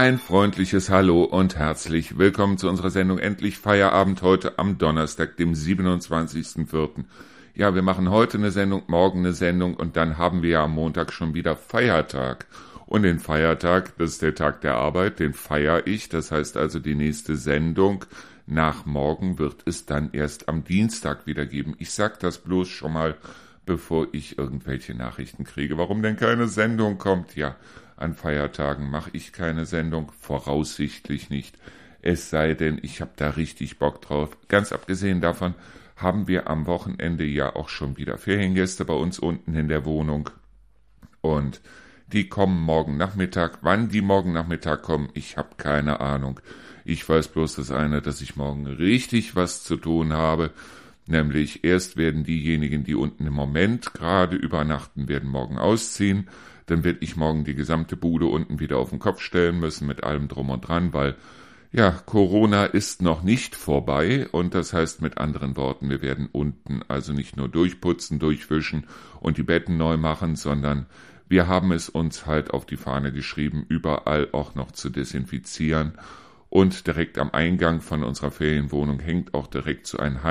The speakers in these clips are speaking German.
Ein freundliches Hallo und herzlich willkommen zu unserer Sendung Endlich Feierabend heute am Donnerstag, dem 27.04. Ja, wir machen heute eine Sendung, morgen eine Sendung und dann haben wir ja am Montag schon wieder Feiertag. Und den Feiertag, das ist der Tag der Arbeit, den feiere ich. Das heißt also, die nächste Sendung nach morgen wird es dann erst am Dienstag wieder geben. Ich sag das bloß schon mal, bevor ich irgendwelche Nachrichten kriege. Warum denn keine Sendung kommt? Ja, an Feiertagen mache ich keine Sendung, voraussichtlich nicht. Es sei denn, ich habe da richtig Bock drauf. Ganz abgesehen davon haben wir am Wochenende ja auch schon wieder Feriengäste bei uns unten in der Wohnung. Und die kommen morgen Nachmittag. Wann die morgen Nachmittag kommen, ich habe keine Ahnung. Ich weiß bloß das eine, dass ich morgen richtig was zu tun habe. Nämlich erst werden diejenigen, die unten im Moment gerade übernachten, werden morgen ausziehen. Dann werde ich morgen die gesamte Bude unten wieder auf den Kopf stellen müssen mit allem drum und dran, weil ja, Corona ist noch nicht vorbei und das heißt mit anderen Worten, wir werden unten also nicht nur durchputzen, durchwischen und die Betten neu machen, sondern wir haben es uns halt auf die Fahne geschrieben, überall auch noch zu desinfizieren. Und direkt am Eingang von unserer Ferienwohnung hängt auch direkt so ein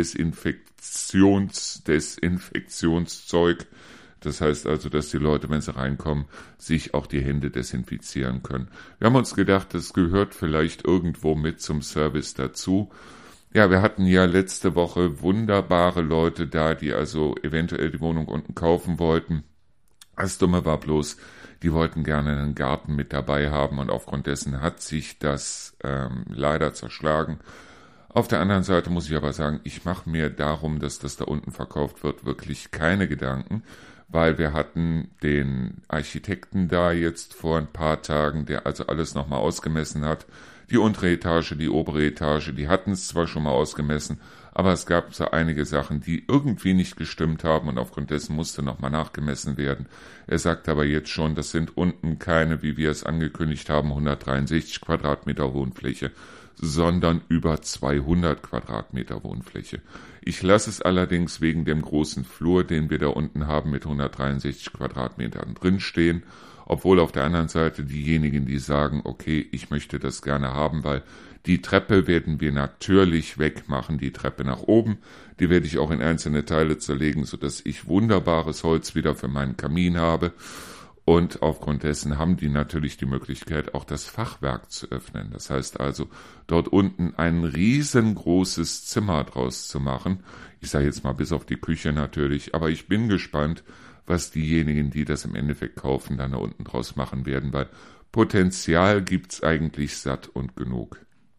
Handdesinfektionszeug. Das heißt also, dass die Leute, wenn sie reinkommen, sich auch die Hände desinfizieren können. Wir haben uns gedacht, das gehört vielleicht irgendwo mit zum Service dazu. Ja, wir hatten ja letzte Woche wunderbare Leute da, die also eventuell die Wohnung unten kaufen wollten. Das Dumme war bloß, die wollten gerne einen Garten mit dabei haben und aufgrund dessen hat sich das leider zerschlagen. Auf der anderen Seite muss ich aber sagen, ich mache mir darum, dass das da unten verkauft wird, wirklich keine Gedanken, weil wir hatten den Architekten da jetzt vor ein paar Tagen, der also alles nochmal ausgemessen hat. Die untere Etage, die obere Etage, die hatten es zwar schon mal ausgemessen, aber es gab so einige Sachen, die irgendwie nicht gestimmt haben und aufgrund dessen musste nochmal nachgemessen werden. Er sagt aber jetzt schon, das sind unten keine, wie wir es angekündigt haben, 163 Quadratmeter Wohnfläche, sondern über 200 Quadratmeter Wohnfläche. Ich lasse es allerdings wegen dem großen Flur, den wir da unten haben, mit 163 Quadratmetern drinstehen, obwohl auf der anderen Seite diejenigen, die sagen, okay, ich möchte das gerne haben, weil die Treppe werden wir natürlich wegmachen, die Treppe nach oben, die werde ich auch in einzelne Teile zerlegen, sodass ich wunderbares Holz wieder für meinen Kamin habe. Und aufgrund dessen haben die natürlich die Möglichkeit, auch das Fachwerk zu öffnen. Das heißt also, dort unten ein riesengroßes Zimmer draus zu machen. Ich sage jetzt mal bis auf die Küche natürlich, aber ich bin gespannt, was diejenigen, die das im Endeffekt kaufen, dann da unten draus machen werden, weil Potenzial gibt's eigentlich satt und genug.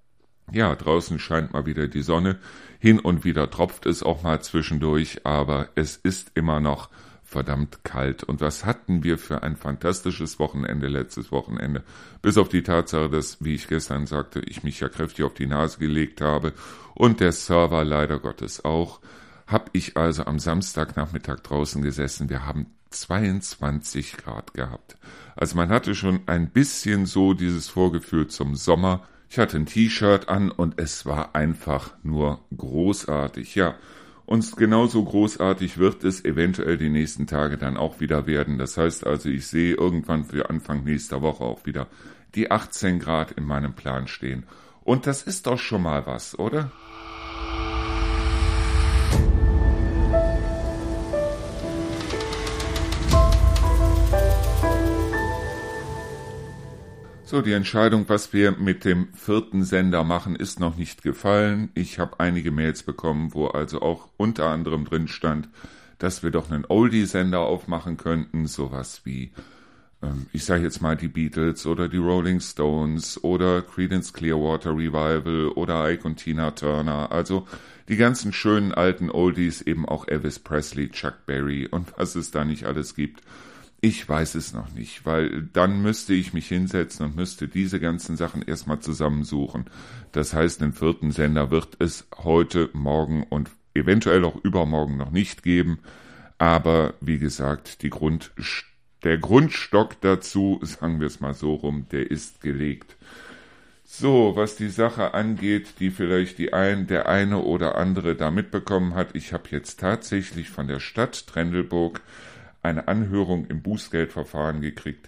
Ja, draußen scheint mal wieder die Sonne. Hin und wieder tropft es auch mal zwischendurch, aber es ist immer noch verdammt kalt. Und was hatten wir für ein fantastisches Wochenende, letztes Wochenende. Bis auf die Tatsache, dass, wie ich gestern sagte, ich mich ja kräftig auf die Nase gelegt habe und der Server leider Gottes auch, habe ich also am Samstagnachmittag draußen gesessen. Wir haben 22 Grad gehabt. Also man hatte schon ein bisschen so dieses Vorgefühl zum Sommer. Ich hatte ein T-Shirt an und es war einfach nur großartig. Ja, und genauso großartig wird es eventuell die nächsten Tage dann auch wieder werden. Das heißt also, ich sehe irgendwann für Anfang nächster Woche auch wieder die 18 Grad in meinem Plan stehen. Und das ist doch schon mal was, oder? So, die Entscheidung, was wir mit dem 4. Sender machen, ist noch nicht gefallen. Ich habe einige Mails bekommen, wo also auch unter anderem drin stand, dass wir doch einen Oldie-Sender aufmachen könnten, sowas wie, ich sage jetzt mal die Beatles oder die Rolling Stones oder Creedence Clearwater Revival oder Ike und Tina Turner, also die ganzen schönen alten Oldies, eben auch Elvis Presley, Chuck Berry und was es da nicht alles gibt. Ich weiß es noch nicht, weil dann müsste ich mich hinsetzen und müsste diese ganzen Sachen erstmal zusammensuchen. Das heißt, den 4. Sender wird es heute, morgen und eventuell auch übermorgen noch nicht geben. Aber wie gesagt, der Grundstock dazu, sagen wir es mal so rum, der ist gelegt. So, was die Sache angeht, die vielleicht der eine oder andere da mitbekommen hat, ich habe jetzt tatsächlich von der Stadt Trendelburg eine Anhörung im Bußgeldverfahren gekriegt.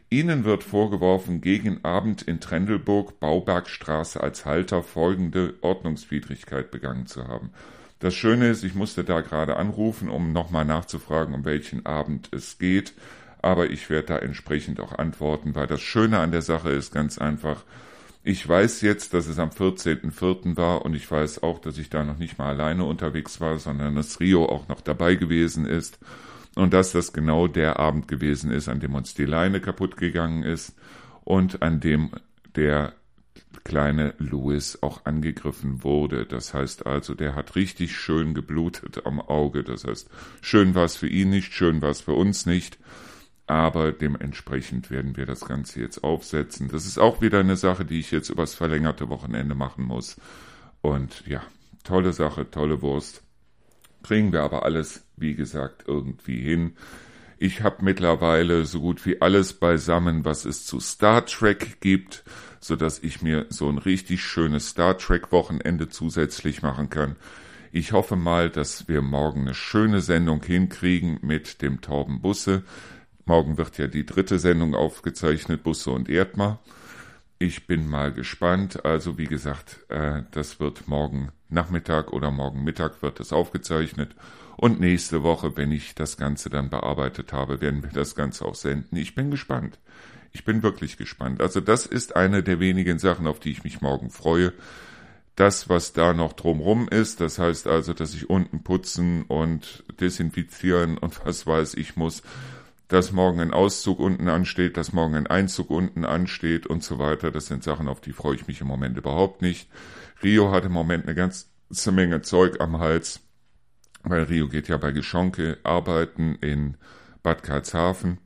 Ihnen wird vorgeworfen, gegen Abend in Trendelburg, Baubergstraße als Halter folgende Ordnungswidrigkeit begangen zu haben. Das Schöne ist, ich musste da gerade anrufen, um nochmal nachzufragen, um welchen Abend es geht, aber ich werde da entsprechend auch antworten, weil das Schöne an der Sache ist ganz einfach, ich weiß jetzt, dass es am 14.04. war und ich weiß auch, dass ich da noch nicht mal alleine unterwegs war, sondern dass Rio auch noch dabei gewesen ist und dass das genau der Abend gewesen ist, an dem uns die Leine kaputt gegangen ist und an dem der kleine Louis auch angegriffen wurde. Das heißt also, der hat richtig schön geblutet am Auge. Das heißt, schön war es für ihn nicht, schön war es für uns nicht. Aber dementsprechend werden wir das Ganze jetzt aufsetzen. Das ist auch wieder eine Sache, die ich jetzt übers verlängerte Wochenende machen muss. Und ja, tolle Sache, tolle Wurst. Kriegen wir aber alles, wie gesagt, irgendwie hin. Ich habe mittlerweile so gut wie alles beisammen, was es zu Star Trek gibt, sodass ich mir so ein richtig schönes Star Trek-Wochenende zusätzlich machen kann. Ich hoffe mal, dass wir morgen eine schöne Sendung hinkriegen mit dem Torben Busse. Morgen wird ja die 3. Sendung aufgezeichnet, Busse und Erdmar. Ich bin mal gespannt. Also wie gesagt, das wird morgen Nachmittag oder morgen Mittag wird es aufgezeichnet. Und nächste Woche, wenn ich das Ganze dann bearbeitet habe, werden wir das Ganze auch senden. Ich bin gespannt. Ich bin wirklich gespannt. Also das ist eine der wenigen Sachen, auf die ich mich morgen freue. Das, was da noch drumrum ist, das heißt also, dass ich unten putzen und desinfizieren und was weiß ich muss, dass morgen ein Auszug unten ansteht, dass morgen ein Einzug unten ansteht und so weiter. Das sind Sachen, auf die freue ich mich im Moment überhaupt nicht. Rio hat im Moment eine ganze Menge Zeug am Hals, weil Rio geht ja bei Geschonke arbeiten in Bad Karlshafen.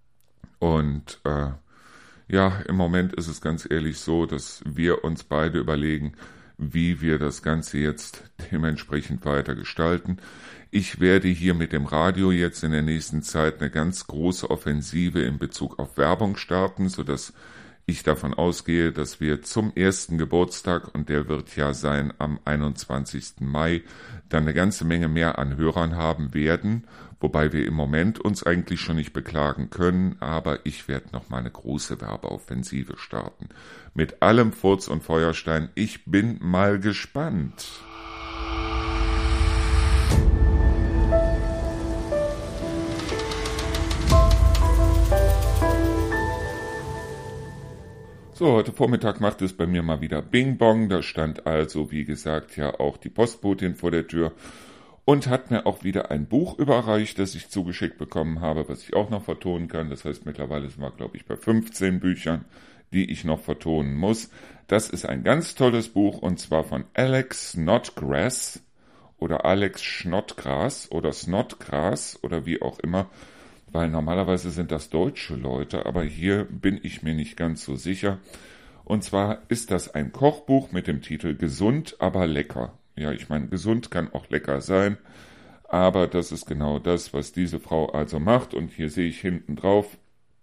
Und ja, im Moment ist es ganz ehrlich so, dass wir uns beide überlegen, wie wir das Ganze jetzt dementsprechend weiter gestalten. Ich werde hier mit dem Radio jetzt in der nächsten Zeit eine ganz große Offensive in Bezug auf Werbung starten, sodass ich davon ausgehe, dass wir zum 1. Geburtstag, und der wird ja sein am 21. Mai, dann eine ganze Menge mehr an Hörern haben werden, wobei wir im Moment uns eigentlich schon nicht beklagen können, aber ich werde nochmal eine große Werbeoffensive starten. Mit allem Furz und Feuerstein, ich bin mal gespannt. So, heute Vormittag macht es bei mir mal wieder Bing Bong. Da stand also, wie gesagt, ja auch die Postbotin vor der Tür und hat mir auch wieder ein Buch überreicht, das ich zugeschickt bekommen habe, was ich auch noch vertonen kann. Das heißt, mittlerweile sind wir, glaube ich, bei 15 Büchern, die ich noch vertonen muss. Das ist ein ganz tolles Buch und zwar von Alex Snodgrass oder Alex Schnottgras oder Snodgrass oder wie auch immer. Weil normalerweise sind das deutsche Leute, aber hier bin ich mir nicht ganz so sicher. Und zwar ist das ein Kochbuch mit dem Titel Gesund, aber lecker. Ja, ich meine, gesund kann auch lecker sein, aber das ist genau das, was diese Frau also macht. Und hier sehe ich hinten drauf,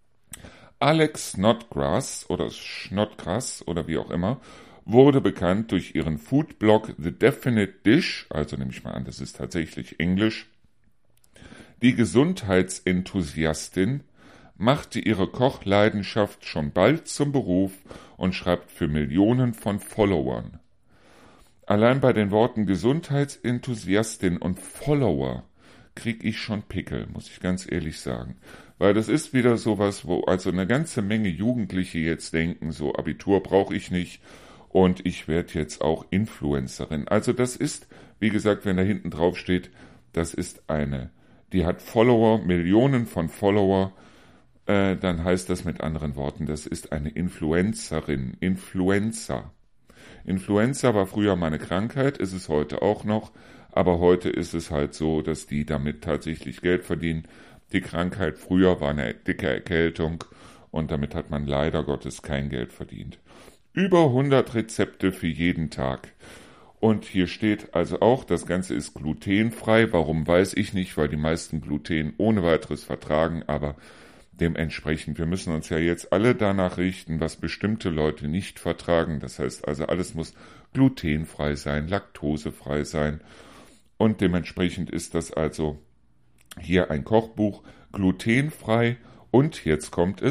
Alex Snodgrass oder Schnottgrass oder wie auch immer, wurde bekannt durch ihren Foodblog The Definite Dish, also nehme ich mal an, das ist tatsächlich Englisch. Die Gesundheitsenthusiastin machte ihre Kochleidenschaft schon bald zum Beruf und schreibt für Millionen von Followern. Allein bei den Worten Gesundheitsenthusiastin und Follower kriege ich schon Pickel, muss ich ganz ehrlich sagen. Weil das ist wieder sowas, wo also eine ganze Menge Jugendliche jetzt denken, so Abitur brauche ich nicht und ich werde jetzt auch Influencerin. Also das ist, wie gesagt, wenn da hinten drauf steht, das ist die hat Follower, Millionen von Follower, dann heißt das mit anderen Worten, das ist eine Influencerin, Influencer. Influenza war früher meine Krankheit, ist es heute auch noch, aber heute ist es halt so, dass die damit tatsächlich Geld verdienen. Die Krankheit früher war eine dicke Erkältung und damit hat man leider Gottes kein Geld verdient. Über 100 Rezepte für jeden Tag. Und hier steht also auch, das Ganze ist glutenfrei. Warum, weiß ich nicht, weil die meisten Gluten ohne weiteres vertragen, aber dementsprechend, wir müssen uns ja jetzt alle danach richten, was bestimmte Leute nicht vertragen. Das heißt also, alles muss glutenfrei sein, laktosefrei sein. Und dementsprechend ist das also hier ein Kochbuch, glutenfrei und jetzt kommt es,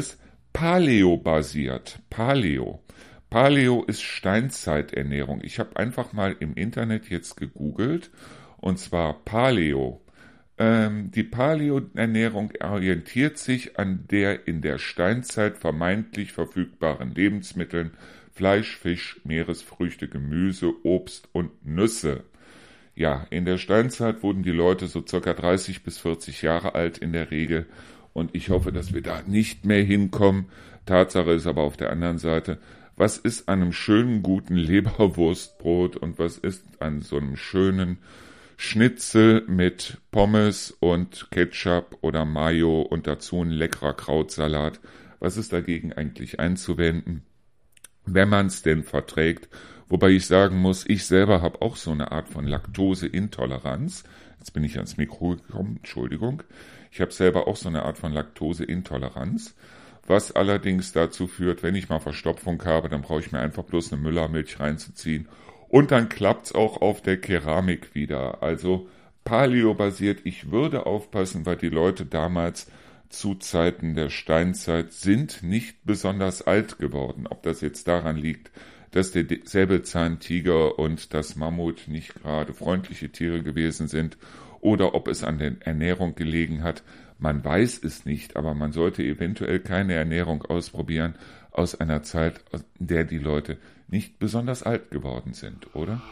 Paleo-basiert. Paleo ist Steinzeiternährung. Ich habe einfach mal im Internet jetzt gegoogelt, und zwar Paleo. Die Paleo-Ernährung orientiert sich an der in der Steinzeit vermeintlich verfügbaren Lebensmitteln Fleisch, Fisch, Meeresfrüchte, Gemüse, Obst und Nüsse. Ja, in der Steinzeit wurden die Leute so circa 30 bis 40 Jahre alt in der Regel, und ich hoffe, dass wir da nicht mehr hinkommen. Tatsache ist aber auf der anderen Seite, was ist an einem schönen, guten Leberwurstbrot und was ist an so einem schönen Schnitzel mit Pommes und Ketchup oder Mayo und dazu ein leckerer Krautsalat? Was ist dagegen eigentlich einzuwenden, wenn man es denn verträgt? Wobei ich sagen muss, ich selber habe auch so eine Art von Laktoseintoleranz. Jetzt bin ich ans Mikro gekommen, Entschuldigung. Ich habe selber auch so eine Art von Laktoseintoleranz, was allerdings dazu führt, wenn ich mal Verstopfung habe, dann brauche ich mir einfach bloß eine Müllermilch reinzuziehen und dann klappt's auch auf der Keramik wieder. Also Paleo-basiert, ich würde aufpassen, weil die Leute damals zu Zeiten der Steinzeit sind nicht besonders alt geworden. Ob das jetzt daran liegt, dass der Säbelzahntiger und das Mammut nicht gerade freundliche Tiere gewesen sind oder ob es an der Ernährung gelegen hat, man weiß es nicht, aber man sollte eventuell keine Ernährung ausprobieren aus einer Zeit, in der die Leute nicht besonders alt geworden sind, oder?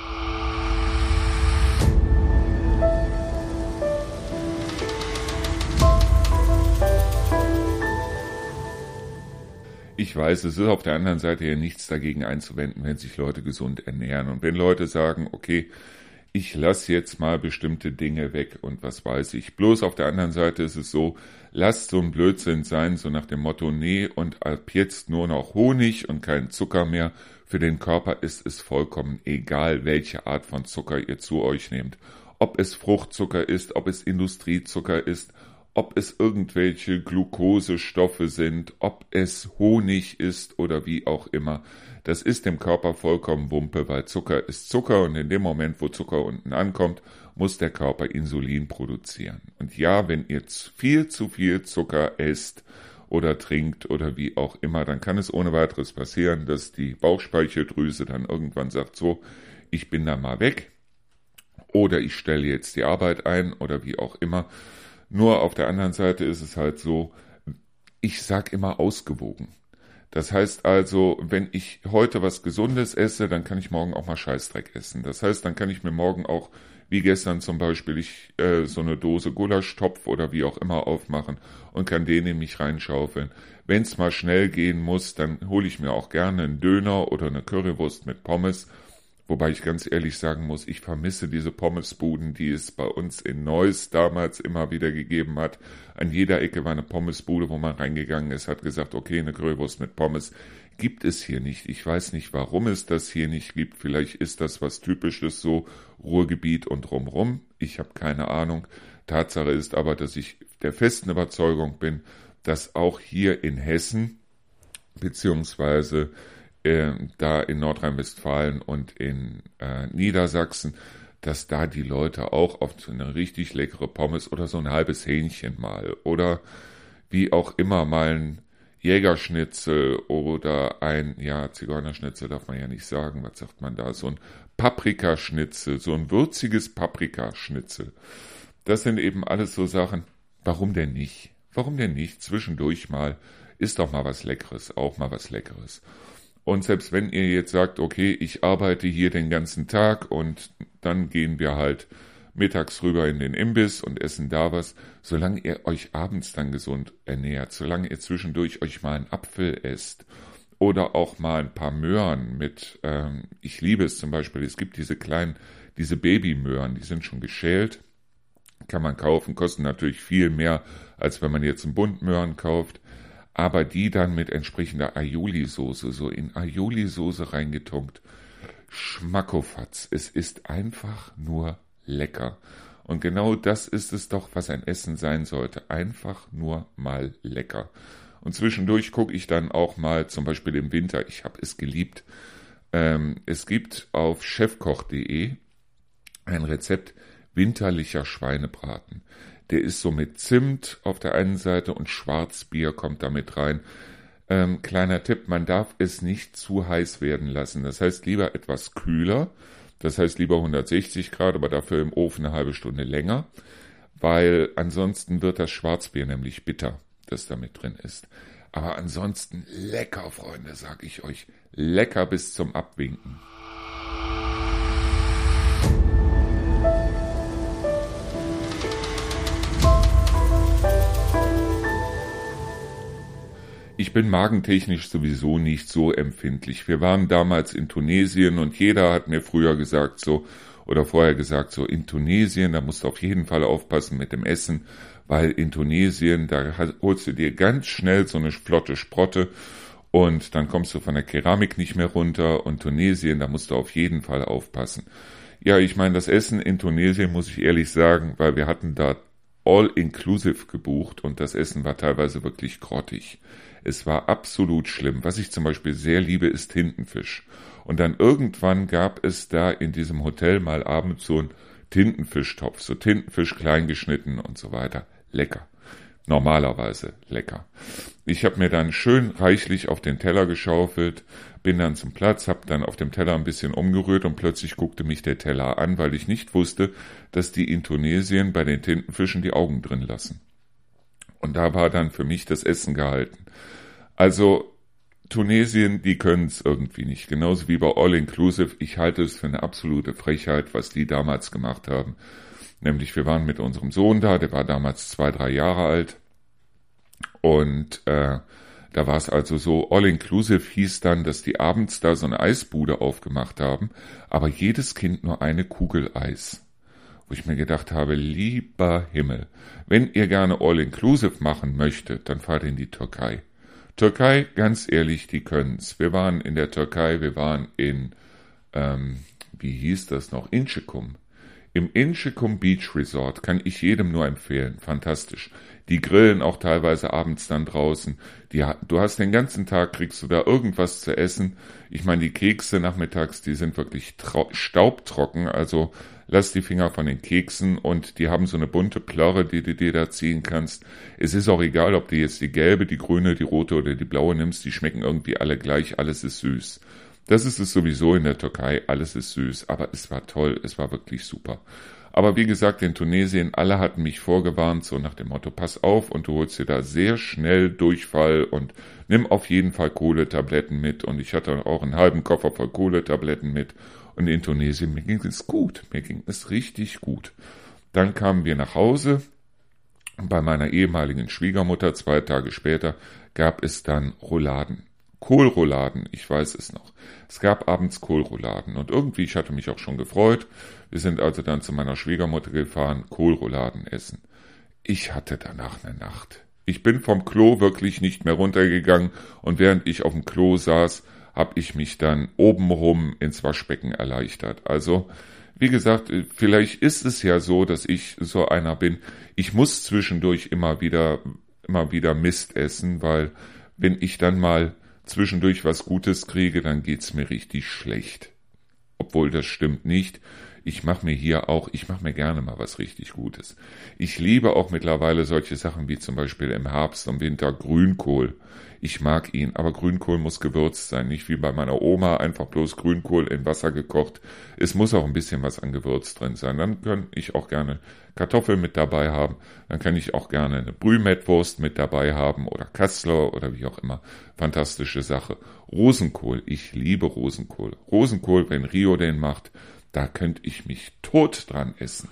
Ich weiß, es ist auf der anderen Seite ja nichts dagegen einzuwenden, wenn sich Leute gesund ernähren. Und wenn Leute sagen, okay, ich lasse jetzt mal bestimmte Dinge weg und was weiß ich. Bloß auf der anderen Seite ist es so, lasst so ein Blödsinn sein, so nach dem Motto, nee, und ab jetzt nur noch Honig und kein Zucker mehr. Für den Körper ist es vollkommen egal, welche Art von Zucker ihr zu euch nehmt. Ob es Fruchtzucker ist, ob es Industriezucker ist, ob es irgendwelche Glukosestoffe sind, ob es Honig ist oder wie auch immer. Das ist dem Körper vollkommen Wumpe, weil Zucker ist Zucker und in dem Moment, wo Zucker unten ankommt, muss der Körper Insulin produzieren. Und ja, wenn ihr viel zu viel Zucker esst oder trinkt oder wie auch immer, dann kann es ohne weiteres passieren, dass die Bauchspeicheldrüse dann irgendwann sagt, so, ich bin da mal weg oder ich stelle jetzt die Arbeit ein oder wie auch immer. Nur auf der anderen Seite ist es halt so, ich sag immer ausgewogen. Das heißt also, wenn ich heute was Gesundes esse, dann kann ich morgen auch mal Scheißdreck essen. Das heißt, dann kann ich mir morgen auch, wie gestern zum Beispiel, so eine Dose Gulaschtopf oder wie auch immer aufmachen und kann den in mich reinschaufeln. Wenn es mal schnell gehen muss, dann hole ich mir auch gerne einen Döner oder eine Currywurst mit Pommes. Wobei ich ganz ehrlich sagen muss, ich vermisse diese Pommesbuden, die es bei uns in Neuss damals immer wieder gegeben hat. An jeder Ecke war eine Pommesbude, wo man reingegangen ist, hat gesagt, okay, eine Currywurst mit Pommes gibt es hier nicht. Ich weiß nicht, warum es das hier nicht gibt. Vielleicht ist das was Typisches, so Ruhrgebiet und drumrum. Ich habe keine Ahnung. Tatsache ist aber, dass ich der festen Überzeugung bin, dass auch hier in Hessen, beziehungsweise da in Nordrhein-Westfalen und in Niedersachsen, dass da die Leute auch auf so eine richtig leckere Pommes oder so ein halbes Hähnchen mal oder wie auch immer mal ein Jägerschnitzel oder ein, ja, Zigeunerschnitzel darf man ja nicht sagen, was sagt man da, so ein Paprikaschnitzel, so ein würziges Paprikaschnitzel. Das sind eben alles so Sachen, warum denn nicht? Warum denn nicht? Zwischendurch mal, ist doch mal was Leckeres, auch mal was Leckeres. Und selbst wenn ihr jetzt sagt, okay, ich arbeite hier den ganzen Tag und dann gehen wir halt mittags rüber in den Imbiss und essen da was, solange ihr euch abends dann gesund ernährt, solange ihr zwischendurch euch mal einen Apfel esst oder auch mal ein paar Möhren mit, ich liebe es zum Beispiel, es gibt diese Babymöhren, die sind schon geschält, kann man kaufen, kosten natürlich viel mehr, als wenn man jetzt einen Bund Möhren kauft. Aber die dann mit entsprechender Aioli-Soße, so in Aioli-Soße reingetunkt. Schmackofatz. Es ist einfach nur lecker. Und genau das ist es doch, was ein Essen sein sollte. Einfach nur mal lecker. Und zwischendurch gucke ich dann auch mal, zum Beispiel im Winter, ich habe es geliebt, es gibt auf chefkoch.de ein Rezept, winterlicher Schweinebraten. Der ist so mit Zimt auf der einen Seite und Schwarzbier kommt da mit rein. Kleiner Tipp, man darf es nicht zu heiß werden lassen. Das heißt lieber etwas kühler, das heißt lieber 160 Grad, aber dafür im Ofen eine halbe Stunde länger, weil ansonsten wird das Schwarzbier nämlich bitter, das da mit drin ist. Aber ansonsten lecker, Freunde, sag ich euch. Lecker bis zum Abwinken. Ich bin magentechnisch sowieso nicht so empfindlich. Wir waren damals in Tunesien und jeder hat mir vorher gesagt, in Tunesien, da musst du auf jeden Fall aufpassen mit dem Essen, weil in Tunesien, da holst du dir ganz schnell so eine flotte Sprotte und dann kommst du von der Keramik nicht mehr runter und Tunesien, da musst du auf jeden Fall aufpassen. Ja, ich meine, das Essen in Tunesien, muss ich ehrlich sagen, weil wir hatten da all-inclusive gebucht und das Essen war teilweise wirklich grottig. Es war absolut schlimm. Was ich zum Beispiel sehr liebe, ist Tintenfisch. Und dann irgendwann gab es da in diesem Hotel mal abends so einen Tintenfischtopf, so Tintenfisch klein geschnitten und so weiter. Lecker. Normalerweise lecker. Ich habe mir dann schön reichlich auf den Teller geschaufelt, bin dann zum Platz, habe dann auf dem Teller ein bisschen umgerührt und plötzlich guckte mich der Teller an, weil ich nicht wusste, dass die in Tunesien bei den Tintenfischen die Augen drin lassen. Und da war dann für mich das Essen gehalten. Also Tunesien, die können es irgendwie nicht. Genauso wie bei All Inclusive. Ich halte es für eine absolute Frechheit, was die damals gemacht haben. Nämlich wir waren mit unserem Sohn da, der war damals 2-3 Jahre alt. Und da war es also so, All Inclusive hieß dann, dass die abends da so eine Eisbude aufgemacht haben, aber jedes Kind nur eine Kugel Eis. Wo ich mir gedacht habe, lieber Himmel, wenn ihr gerne All-Inclusive machen möchtet, dann fahrt in die Türkei. Türkei, ganz ehrlich, die können's. Wir waren in der Türkei, wir waren in, wie hieß das noch, Inçikum. Im Inçikum Beach Resort kann ich jedem nur empfehlen, fantastisch. Die grillen auch teilweise abends dann draußen. Du hast den ganzen Tag, kriegst du da irgendwas zu essen. Ich meine, die Kekse nachmittags, die sind wirklich staubtrocken, also lass die Finger von den Keksen und die haben so eine bunte Plörre, die du dir da ziehen kannst. Es ist auch egal, ob du jetzt die gelbe, die grüne, die rote oder die blaue nimmst, die schmecken irgendwie alle gleich, alles ist süß. Das ist es sowieso in der Türkei, alles ist süß, aber es war toll, es war wirklich super. Aber wie gesagt, in Tunesien, alle hatten mich vorgewarnt, so nach dem Motto, pass auf und du holst dir da sehr schnell Durchfall und nimm auf jeden Fall Kohletabletten mit. Und ich hatte auch einen halben Koffer voll Kohletabletten mit. Und in Tunesien, mir ging es gut, mir ging es richtig gut. Dann kamen wir nach Hause. Bei meiner ehemaligen Schwiegermutter, 2 Tage später, gab es dann Rouladen. Kohlrouladen, ich weiß es noch. Es gab abends Kohlrouladen und irgendwie, ich hatte mich auch schon gefreut. Wir sind also dann zu meiner Schwiegermutter gefahren, Kohlrouladen essen. Ich hatte danach eine Nacht. Ich bin vom Klo wirklich nicht mehr runtergegangen und während ich auf dem Klo saß, habe ich mich dann obenrum ins Waschbecken erleichtert. Also, wie gesagt, vielleicht ist es ja so, dass ich so einer bin. Ich muss zwischendurch immer wieder Mist essen, weil wenn ich dann mal zwischendurch was Gutes kriege, dann geht's mir richtig schlecht. Obwohl, das stimmt nicht. Ich mache mir gerne mal was richtig Gutes. Ich liebe auch mittlerweile solche Sachen wie zum Beispiel im Herbst und Winter Grünkohl. Ich mag ihn, aber Grünkohl muss gewürzt sein. Nicht wie bei meiner Oma, einfach bloß Grünkohl in Wasser gekocht. Es muss auch ein bisschen was an Gewürz drin sein. Dann kann ich auch gerne Kartoffeln mit dabei haben. Dann kann ich auch gerne eine Brühmettwurst mit dabei haben oder Kassler oder wie auch immer. Fantastische Sache. Rosenkohl, ich liebe Rosenkohl. Rosenkohl, wenn Rio den macht, da könnte ich mich tot dran essen.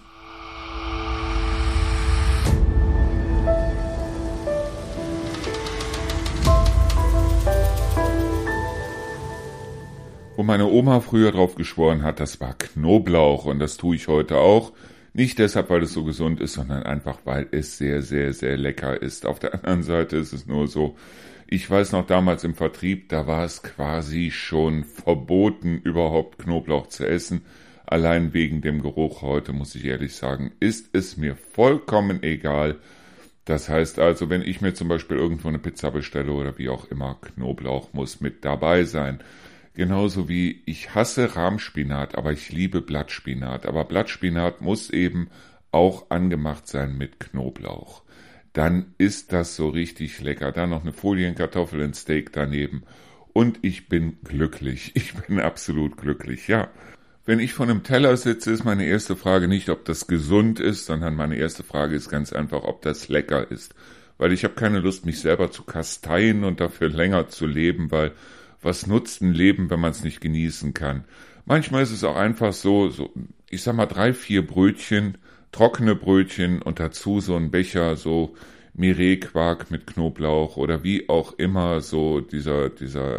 Wo meine Oma früher drauf geschworen hat, das war Knoblauch und das tue ich heute auch. Nicht deshalb, weil es so gesund ist, sondern einfach, weil es sehr, sehr, sehr lecker ist. Auf der anderen Seite ist es nur so, ich weiß noch damals im Vertrieb, da war es quasi schon verboten, überhaupt Knoblauch zu essen. Allein wegen dem Geruch heute, muss ich ehrlich sagen, ist es mir vollkommen egal. Das heißt also, wenn ich mir zum Beispiel irgendwo eine Pizza bestelle oder wie auch immer, Knoblauch muss mit dabei sein. Genauso wie ich hasse Rahmspinat, aber ich liebe Blattspinat. Aber Blattspinat muss eben auch angemacht sein mit Knoblauch. Dann ist das so richtig lecker. Dann noch eine Folienkartoffel, ein Steak daneben. Und ich bin glücklich. Ich bin absolut glücklich, ja. Wenn ich vor einem Teller sitze, ist meine erste Frage nicht, ob das gesund ist, sondern meine erste Frage ist ganz einfach, ob das lecker ist. Weil ich habe keine Lust, mich selber zu kasteien und dafür länger zu leben, weil was nutzt ein Leben, wenn man es nicht genießen kann? Manchmal ist es auch einfach so, ich sag mal 3, 4 Brötchen, trockene Brötchen und dazu so ein Becher, so Mireillequark mit Knoblauch oder wie auch immer, so dieser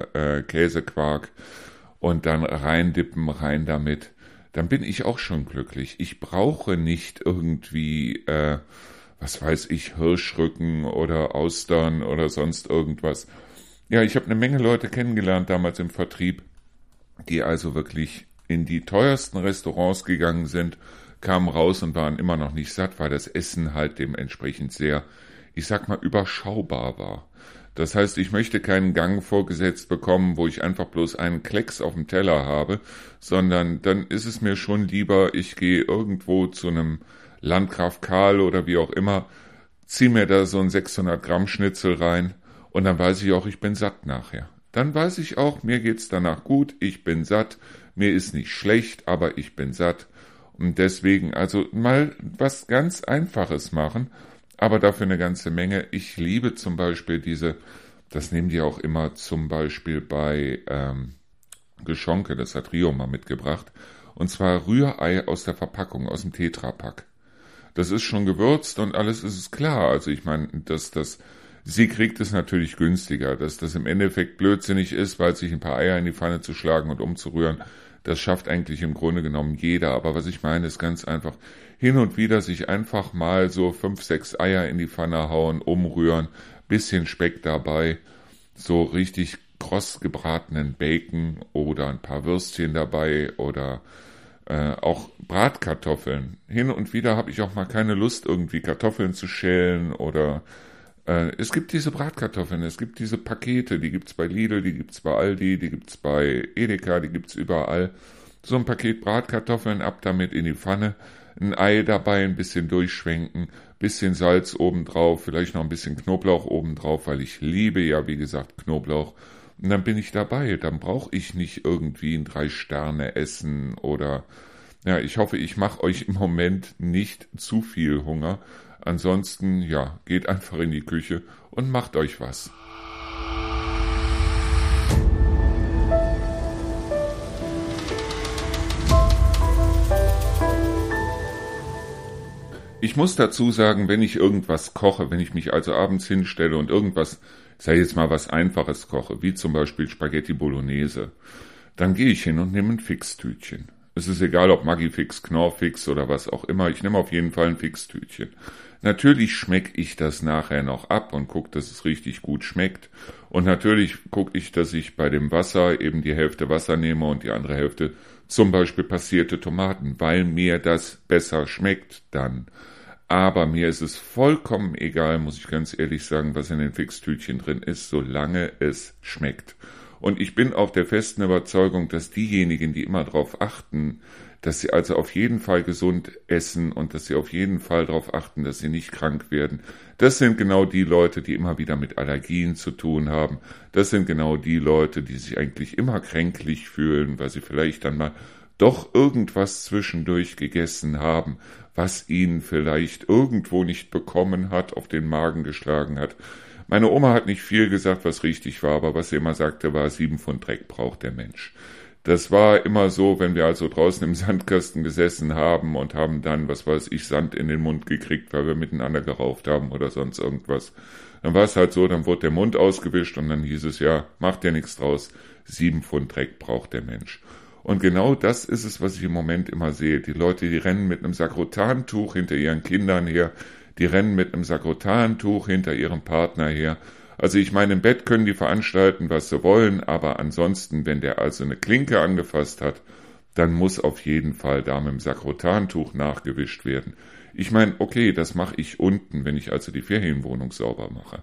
Käsequark und dann reindippen, rein damit. Dann bin ich auch schon glücklich. Ich brauche nicht irgendwie, was weiß ich, Hirschrücken oder Austern oder sonst irgendwas. Ja, ich habe eine Menge Leute kennengelernt damals im Vertrieb, die also wirklich in die teuersten Restaurants gegangen sind, kamen raus und waren immer noch nicht satt, weil das Essen halt dementsprechend sehr, ich sag mal, überschaubar war. Das heißt, ich möchte keinen Gang vorgesetzt bekommen, wo ich einfach bloß einen Klecks auf dem Teller habe, sondern dann ist es mir schon lieber, ich gehe irgendwo zu einem Landgraf Karl oder wie auch immer, ziehe mir da so ein 600 Gramm Schnitzel rein und dann weiß ich auch, ich bin satt nachher. Dann weiß ich auch, mir geht's danach gut, ich bin satt, mir ist nicht schlecht, aber ich bin satt. Und deswegen, also mal was ganz Einfaches machen, aber dafür eine ganze Menge. Ich liebe zum Beispiel das nehmen die auch immer zum Beispiel bei Geschonke, das hat Rio mal mitgebracht, und zwar Rührei aus der Verpackung, aus dem Tetrapack. Das ist schon gewürzt und alles ist es klar. Also ich meine, sie kriegt es natürlich günstiger. Dass das im Endeffekt blödsinnig ist, weil sich ein paar Eier in die Pfanne zu schlagen und umzurühren, das schafft eigentlich im Grunde genommen jeder. Aber was ich meine, ist ganz einfach, hin und wieder sich einfach mal so 5, 6 Eier in die Pfanne hauen, umrühren, bisschen Speck dabei, so richtig kross gebratenen Bacon oder ein paar Würstchen dabei oder auch Bratkartoffeln. Hin und wieder habe ich auch mal keine Lust, irgendwie Kartoffeln zu schälen oder es gibt diese Bratkartoffeln, es gibt diese Pakete, die gibt's bei Lidl, die gibt's bei Aldi, die gibt's bei Edeka, die gibt's überall. So ein Paket Bratkartoffeln, ab damit in die Pfanne, ein Ei dabei, ein bisschen durchschwenken, bisschen Salz obendrauf, vielleicht noch ein bisschen Knoblauch obendrauf, weil ich liebe ja, wie gesagt, Knoblauch. Und dann bin ich dabei, dann brauche ich nicht irgendwie ein 3-Sterne-Essen oder, ja, ich hoffe, ich mache euch im Moment nicht zu viel Hunger. Ansonsten, ja, geht einfach in die Küche und macht euch was. Ich muss dazu sagen, wenn ich irgendwas koche, wenn ich mich also abends hinstelle und irgendwas, sei jetzt mal was Einfaches koche, wie zum Beispiel Spaghetti Bolognese, dann gehe ich hin und nehme ein Fixtütchen. Es ist egal, ob Maggi-Fix, Knorr-Fix oder was auch immer, ich nehme auf jeden Fall ein Fixtütchen. Natürlich schmecke ich das nachher noch ab und gucke, dass es richtig gut schmeckt. Und natürlich gucke ich, dass ich bei dem Wasser eben die Hälfte Wasser nehme und die andere Hälfte zum Beispiel passierte Tomaten, weil mir das besser schmeckt dann. Aber mir ist es vollkommen egal, muss ich ganz ehrlich sagen, was in den Fixtütchen drin ist, solange es schmeckt. Und ich bin auch der festen Überzeugung, dass diejenigen, die immer darauf achten, dass sie also auf jeden Fall gesund essen und dass sie auf jeden Fall darauf achten, dass sie nicht krank werden, das sind genau die Leute, die immer wieder mit Allergien zu tun haben. Das sind genau die Leute, die sich eigentlich immer kränklich fühlen, weil sie vielleicht dann mal doch irgendwas zwischendurch gegessen haben, was ihnen vielleicht irgendwo nicht bekommen hat, auf den Magen geschlagen hat. Meine Oma hat nicht viel gesagt, was richtig war, aber was sie immer sagte, war, 7 Pfund Dreck braucht der Mensch. Das war immer so, wenn wir also draußen im Sandkasten gesessen haben und haben dann, was weiß ich, Sand in den Mund gekriegt, weil wir miteinander gerauft haben oder sonst irgendwas. Dann war es halt so, dann wurde der Mund ausgewischt und dann hieß es, ja, macht ja nichts draus, 7 Pfund Dreck braucht der Mensch. Und genau das ist es, was ich im Moment immer sehe. Die Leute, die rennen mit einem Sakrotantuch hinter ihren Kindern her, die rennen mit einem Sakrotantuch hinter ihrem Partner her. Also ich meine, im Bett können die veranstalten, was sie wollen, aber ansonsten, wenn der also eine Klinke angefasst hat, dann muss auf jeden Fall da mit dem Sakrotantuch nachgewischt werden. Ich meine, okay, das mache ich unten, wenn ich also die Ferienwohnung sauber mache.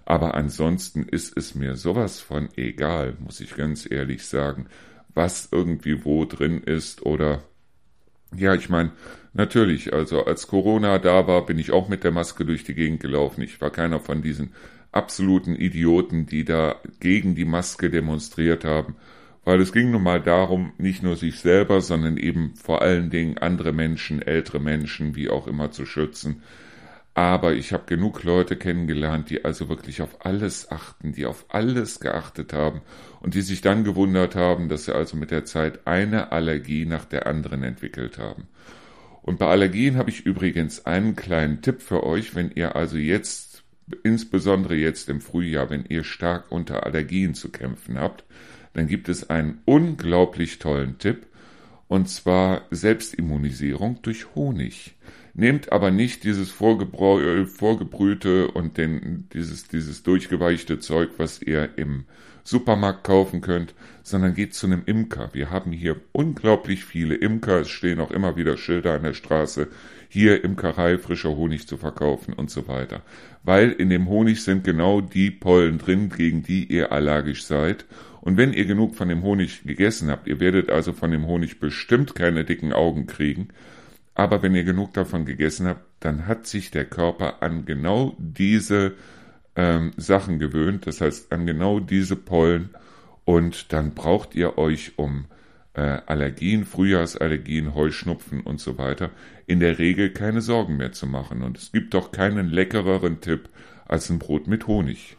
Aber ansonsten ist es mir sowas von egal, muss ich ganz ehrlich sagen, was irgendwie wo drin ist oder, ja, ich meine, natürlich, also als Corona da war, bin ich auch mit der Maske durch die Gegend gelaufen. Ich war keiner von diesen absoluten Idioten, die da gegen die Maske demonstriert haben, weil es ging nun mal darum, nicht nur sich selber, sondern eben vor allen Dingen andere Menschen, ältere Menschen, wie auch immer zu schützen. Aber ich habe genug Leute kennengelernt, die also wirklich auf alles achten, die auf alles geachtet haben und die sich dann gewundert haben, dass sie also mit der Zeit eine Allergie nach der anderen entwickelt haben. Und bei Allergien habe ich übrigens einen kleinen Tipp für euch, wenn ihr also jetzt, insbesondere jetzt im Frühjahr, wenn ihr stark unter Allergien zu kämpfen habt, dann gibt es einen unglaublich tollen Tipp, und zwar Selbstimmunisierung durch Honig. Nehmt aber nicht dieses vorgebrühte und dieses durchgeweichte Zeug, was ihr im Supermarkt kaufen könnt, sondern geht zu einem Imker. Wir haben hier unglaublich viele Imker. Es stehen auch immer wieder Schilder an der Straße, hier Imkerei, frischer Honig zu verkaufen und so weiter. Weil in dem Honig sind genau die Pollen drin, gegen die ihr allergisch seid. Und wenn ihr genug von dem Honig gegessen habt, ihr werdet also von dem Honig bestimmt keine dicken Augen kriegen, aber wenn ihr genug davon gegessen habt, dann hat sich der Körper an genau diese Sachen gewöhnt, das heißt an genau diese Pollen, und dann braucht ihr euch um Allergien, Frühjahrsallergien, Heuschnupfen und so weiter in der Regel keine Sorgen mehr zu machen. Und es gibt doch keinen leckereren Tipp als ein Brot mit Honig.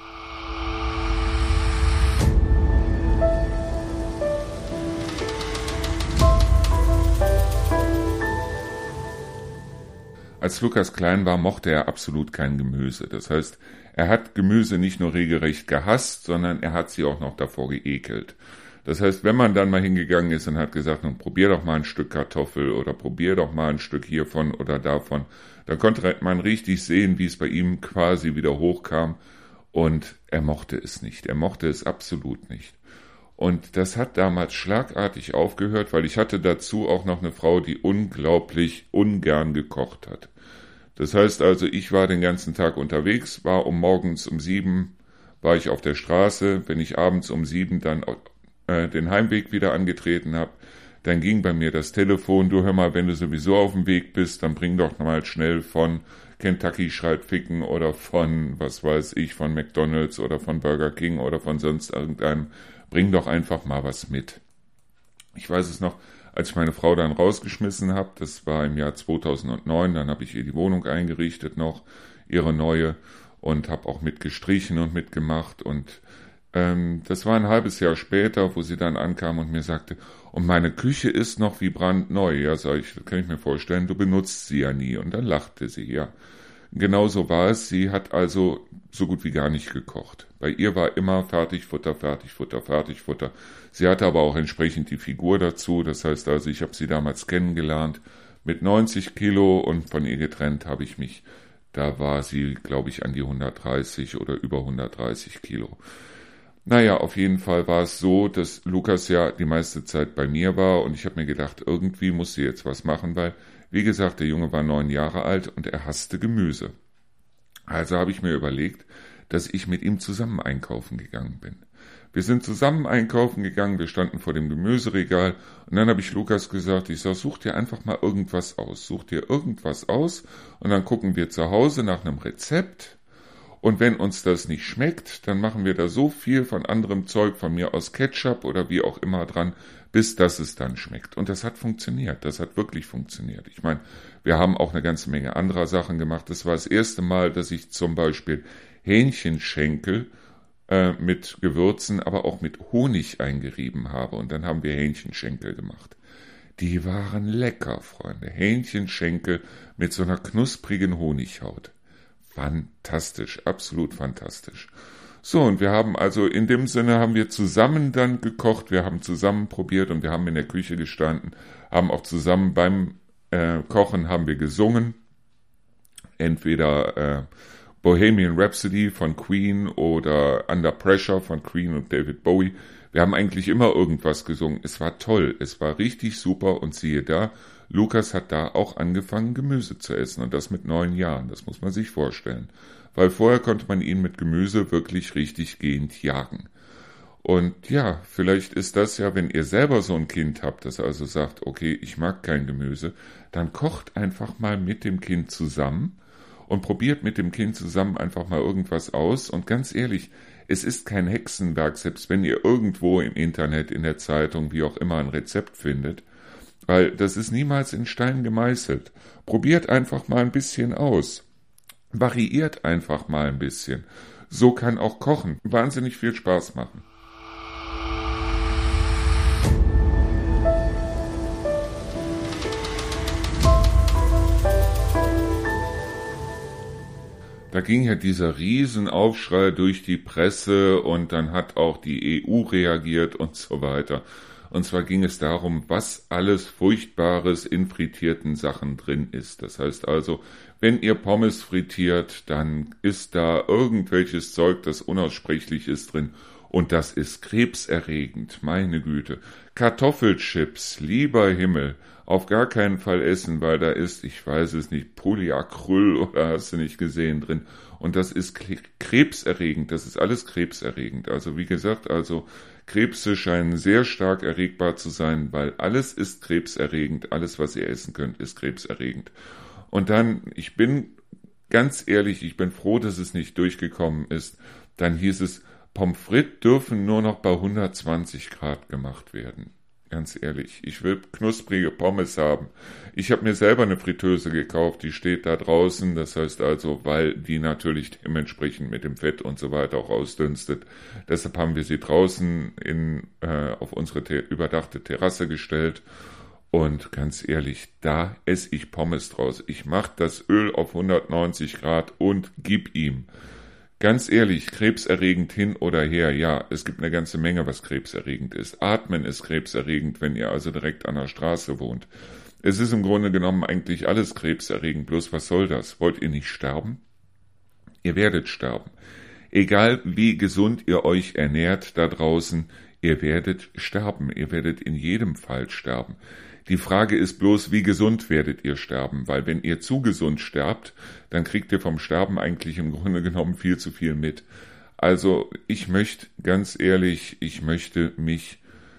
Als Lukas klein war, mochte er absolut kein Gemüse. Das heißt, er hat Gemüse nicht nur regelrecht gehasst, sondern er hat sie auch noch davor geekelt. Das heißt, wenn man dann mal hingegangen ist und hat gesagt, nun probier doch mal ein Stück Kartoffel oder probier doch mal ein Stück hiervon oder davon, dann konnte man richtig sehen, wie es bei ihm quasi wieder hochkam, und er mochte es nicht. Er mochte es absolut nicht. Und das hat damals schlagartig aufgehört, weil ich hatte dazu auch noch eine Frau, die unglaublich ungern gekocht hat. Das heißt also, ich war den ganzen Tag unterwegs, war morgens um 7 war ich auf der Straße. Wenn ich abends um 7 dann den Heimweg wieder angetreten habe, dann ging bei mir das Telefon: Du, hör mal, wenn du sowieso auf dem Weg bist, dann bring doch mal schnell von Kentucky Fried Chicken oder von, was weiß ich, von McDonald's oder von Burger King oder von sonst irgendeinem, bring doch einfach mal was mit. Ich weiß es noch, als ich meine Frau dann rausgeschmissen habe, das war im Jahr 2009, dann habe ich ihr die Wohnung eingerichtet noch, ihre neue, und habe auch mitgestrichen und mitgemacht, und das war ein halbes Jahr später, wo sie dann ankam und mir sagte, und meine Küche ist noch wie brandneu. Ja, sag ich, das kann ich mir vorstellen, du benutzt sie ja nie. Und dann lachte sie, ja. Genauso war es, sie hat also so gut wie gar nicht gekocht. Bei ihr war immer Fertigfutter, Fertigfutter, Fertigfutter. Sie hatte aber auch entsprechend die Figur dazu, das heißt also, ich habe sie damals kennengelernt mit 90 Kilo, und von ihr getrennt habe ich mich, da war sie, glaube ich, an die 130 oder über 130 Kilo. Naja, auf jeden Fall war es so, dass Lukas ja die meiste Zeit bei mir war, und ich habe mir gedacht, irgendwie muss sie jetzt was machen, weil, wie gesagt, der Junge war 9 Jahre alt und er hasste Gemüse. Also habe ich mir überlegt, dass ich mit ihm zusammen einkaufen gegangen bin. Wir sind zusammen einkaufen gegangen, wir standen vor dem Gemüseregal, und dann habe ich Lukas gesagt, ich sage, such dir einfach mal irgendwas aus, und dann gucken wir zu Hause nach einem Rezept. Und wenn uns das nicht schmeckt, dann machen wir da so viel von anderem Zeug, von mir aus Ketchup oder wie auch immer dran, bis dass es dann schmeckt. Und das hat funktioniert, das hat wirklich funktioniert. Ich meine, wir haben auch eine ganze Menge anderer Sachen gemacht. Das war das erste Mal, dass ich zum Beispiel Hähnchenschenkel mit Gewürzen, aber auch mit Honig eingerieben habe. Und dann haben wir Hähnchenschenkel gemacht. Die waren lecker, Freunde. Hähnchenschenkel mit so einer knusprigen Honighaut. Fantastisch, absolut fantastisch. So, und wir haben also in dem Sinne haben wir zusammen dann gekocht, wir haben zusammen probiert, und wir haben in der Küche gestanden, haben auch zusammen beim Kochen haben wir gesungen, entweder Bohemian Rhapsody von Queen oder Under Pressure von Queen und David Bowie. Wir haben eigentlich immer irgendwas gesungen. Es war toll, es war richtig super, und siehe da, Lukas hat da auch angefangen, Gemüse zu essen und das mit 9 Jahren, das muss man sich vorstellen. Weil vorher konnte man ihn mit Gemüse wirklich richtig gehend jagen. Und ja, vielleicht ist das ja, wenn ihr selber so ein Kind habt, das also sagt, okay, ich mag kein Gemüse, dann kocht einfach mal mit dem Kind zusammen und probiert mit dem Kind zusammen einfach mal irgendwas aus. Und ganz ehrlich, es ist kein Hexenwerk, selbst wenn ihr irgendwo im Internet, in der Zeitung, wie auch immer ein Rezept findet, weil das ist niemals in Stein gemeißelt. Probiert einfach mal ein bisschen aus. Variiert einfach mal ein bisschen. So kann auch Kochen wahnsinnig viel Spaß machen. Da ging ja dieser Riesenaufschrei durch die Presse und dann hat auch die EU reagiert und so weiter. Und zwar ging es darum, was alles Furchtbares in frittierten Sachen drin ist. Das heißt also, wenn ihr Pommes frittiert, dann ist da irgendwelches Zeug, das unaussprechlich ist drin. Und das ist krebserregend, meine Güte. Kartoffelchips, lieber Himmel, auf gar keinen Fall essen, weil da ist, ich weiß es nicht, Polyacryl oder hast du nicht gesehen drin. Und das ist krebserregend, das ist alles krebserregend. Also wie gesagt, also Krebse scheinen sehr stark erregbar zu sein, weil alles ist krebserregend, alles was ihr essen könnt, ist krebserregend. Und dann, ich bin ganz ehrlich, ich bin froh, dass es nicht durchgekommen ist. Dann hieß es, Pommes frites dürfen nur noch bei 120 Grad gemacht werden. Ganz ehrlich, ich will knusprige Pommes haben. Ich habe mir selber eine Fritteuse gekauft, die steht da draußen. Das heißt also, weil die natürlich dementsprechend mit dem Fett und so weiter auch ausdünstet. Deshalb haben wir sie draußen auf unsere überdachte Terrasse gestellt. Und ganz ehrlich, da esse ich Pommes draus. Ich mache das Öl auf 190 Grad und gib ihm. Ganz ehrlich, krebserregend hin oder her, ja, es gibt eine ganze Menge, was krebserregend ist. Atmen ist krebserregend, wenn ihr also direkt an der Straße wohnt. Es ist im Grunde genommen eigentlich alles krebserregend, bloß was soll das? Wollt ihr nicht sterben? Ihr werdet sterben. Egal wie gesund ihr euch ernährt da draußen, ihr werdet sterben. Ihr werdet in jedem Fall sterben. Die Frage ist bloß, wie gesund werdet ihr sterben? Weil wenn ihr zu gesund sterbt, dann kriegt ihr vom Sterben eigentlich im Grunde genommen viel zu viel mit. Also ich möchte, ganz ehrlich, ich möchte mich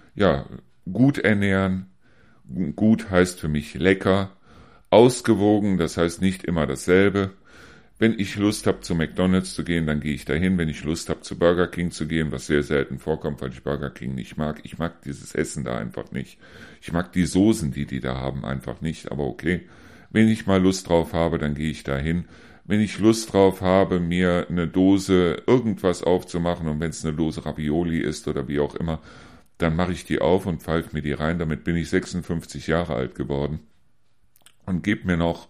gut ernähren. Gut heißt für mich lecker. Ausgewogen, das heißt nicht immer dasselbe. Wenn ich Lust habe, zu McDonald's zu gehen, dann gehe ich dahin. Wenn ich Lust habe, zu Burger King zu gehen, was sehr selten vorkommt, weil ich Burger King nicht mag. Ich mag dieses Essen da einfach nicht. Ich mag die Soßen, die da haben, einfach nicht. Aber okay, wenn ich mal Lust drauf habe, dann gehe ich dahin. Wenn ich Lust drauf habe, mir eine Dose irgendwas aufzumachen, und wenn es eine Dose Ravioli ist oder wie auch immer, dann mache ich die auf und pfeife mir die rein. Damit bin ich 56 Jahre alt geworden. Und gib mir noch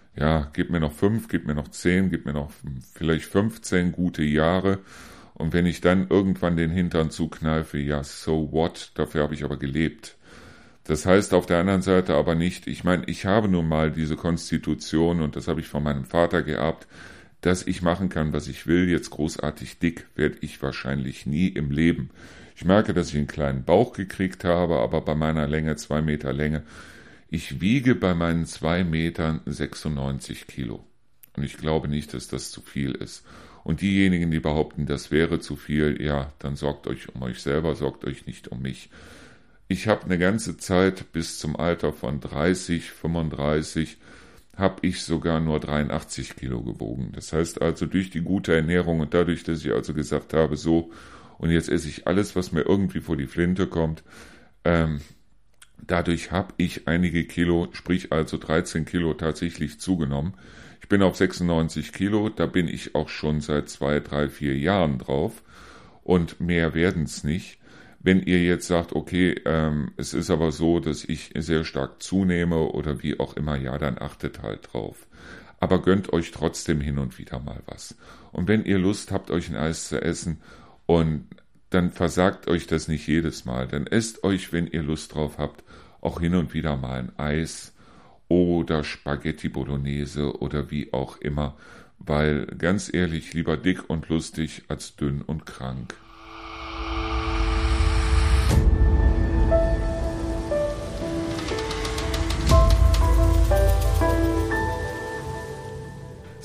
5, gib mir noch 10, gib mir noch vielleicht 15 gute Jahre. Und wenn ich dann irgendwann den Hintern zukneife, ja, so what, dafür habe ich aber gelebt. Das heißt auf der anderen Seite aber nicht, ich meine, ich habe nun mal diese Konstitution, und das habe ich von meinem Vater geerbt, dass ich machen kann, was ich will. Jetzt großartig dick werde ich wahrscheinlich nie im Leben. Ich merke, dass ich einen kleinen Bauch gekriegt habe, aber bei meiner Länge, 2 Meter Länge, ich wiege bei meinen 2 Metern 96 Kilo. Und ich glaube nicht, dass das zu viel ist. Und diejenigen, die behaupten, das wäre zu viel, ja, dann sorgt euch um euch selber, sorgt euch nicht um mich. Ich habe eine ganze Zeit bis zum Alter von 30, 35, habe ich sogar nur 83 Kilo gewogen. Das heißt also durch die gute Ernährung und dadurch, dass ich also gesagt habe, so, und jetzt esse ich alles, was mir irgendwie vor die Flinte kommt, dadurch habe ich einige Kilo, sprich also 13 Kilo tatsächlich zugenommen. Ich bin auf 96 Kilo, da bin ich auch schon seit 2, 3, 4 Jahren drauf und mehr werden es nicht. Wenn ihr jetzt sagt, okay, es ist aber so, dass ich sehr stark zunehme oder wie auch immer, ja, dann achtet halt drauf. Aber gönnt euch trotzdem hin und wieder mal was. Und wenn ihr Lust habt, euch ein Eis zu essen, und dann versagt euch das nicht jedes Mal. Dann esst euch, wenn ihr Lust drauf habt, auch hin und wieder mal ein Eis oder Spaghetti Bolognese oder wie auch immer. Weil, ganz ehrlich, lieber dick und lustig als dünn und krank.